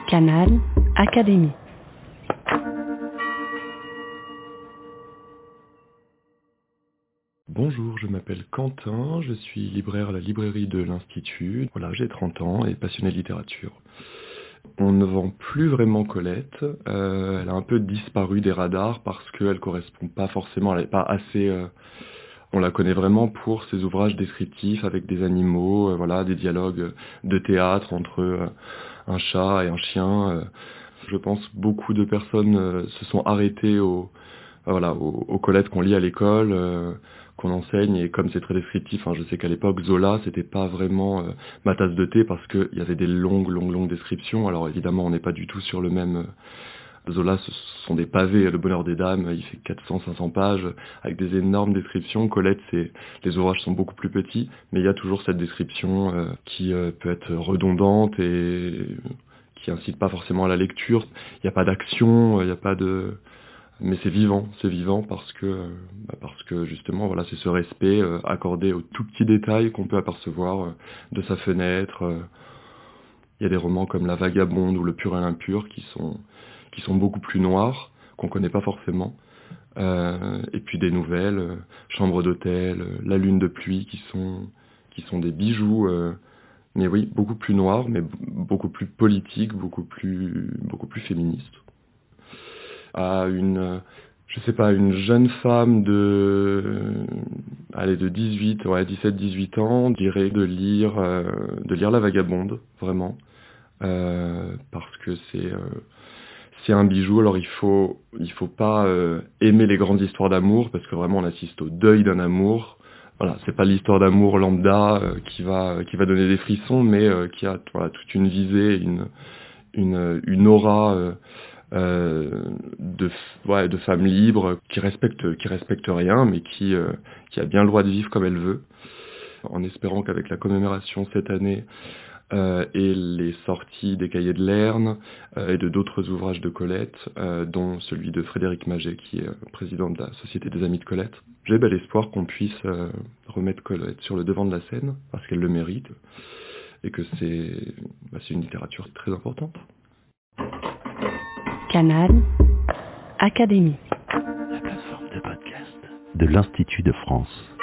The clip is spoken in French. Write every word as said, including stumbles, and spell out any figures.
Canal Académie. Bonjour, je m'appelle Quentin, je suis libraire à la librairie de l'Institut. Voilà, j'ai trente ans et passionné de littérature. On ne vend plus vraiment Colette, euh, elle a un peu disparu des radars parce qu'elle correspond pas forcément, elle n'est pas assez... euh, on la connaît vraiment pour ses ouvrages descriptifs avec des animaux, euh, voilà, des dialogues de théâtre entre euh, un chat et un chien. euh. Je pense que beaucoup de personnes euh, se sont arrêtées au, voilà, aux, aux Colettes qu'on lit à l'école, euh, qu'on enseigne, et comme c'est très descriptif, hein, je sais qu'à l'époque Zola c'était pas vraiment euh, ma tasse de thé parce qu'il y avait des longues longues longues descriptions. Alors évidemment on n'est pas du tout sur le même euh, Zola, ce sont des pavés. Le Bonheur des Dames, il fait quatre cents à cinq cents pages avec des énormes descriptions. Colette, c'est les ouvrages sont beaucoup plus petits, mais il y a toujours cette description euh, qui euh, peut être redondante et qui incite pas forcément à la lecture. Il n'y a pas d'action, il n'y a pas de... Mais c'est vivant, c'est vivant parce que, euh, bah parce que justement, voilà, c'est ce respect euh, accordé aux tout petits détails qu'on peut apercevoir euh, de sa fenêtre. euh. Il y a des romans comme La Vagabonde ou Le Pur et l'Impur qui sont qui sont beaucoup plus noirs, qu'on connaît pas forcément. Euh, et puis des nouvelles, euh, Chambre d'hôtel, euh, La Lune de pluie, qui sont qui sont des bijoux. euh, mais oui, beaucoup plus noirs, mais b- beaucoup plus politiques, beaucoup plus beaucoup plus féministes. À une, euh, je sais pas, une jeune femme de, euh, allez, de dix-huit, ouais, dix-sept, dix-huit ans, dirait de lire, euh, de lire La Vagabonde, vraiment, euh, parce que c'est, euh, c'est un bijou. Alors il faut, il faut pas euh, aimer les grandes histoires d'amour, parce que vraiment on assiste au deuil d'un amour. Voilà, c'est pas l'histoire d'amour lambda euh, qui va, qui va donner des frissons, mais euh, qui a, voilà, toute une visée, une, une, une aura. euh, euh, de, f- ouais, de femmes libres qui respectent qui respectent rien, mais qui euh, qui a bien le droit de vivre comme elle veut, en espérant qu'avec la commémoration cette année euh, et les sorties des Cahiers de Lerne euh, et de d'autres ouvrages de Colette, euh, dont celui de Frédéric Maget, qui est euh, président de la Société des Amis de Colette, j'ai bel espoir qu'on puisse euh, remettre Colette sur le devant de la scène parce qu'elle le mérite et que c'est bah, c'est une littérature très importante. Canal Académie. La plateforme de podcast de l'Institut de France.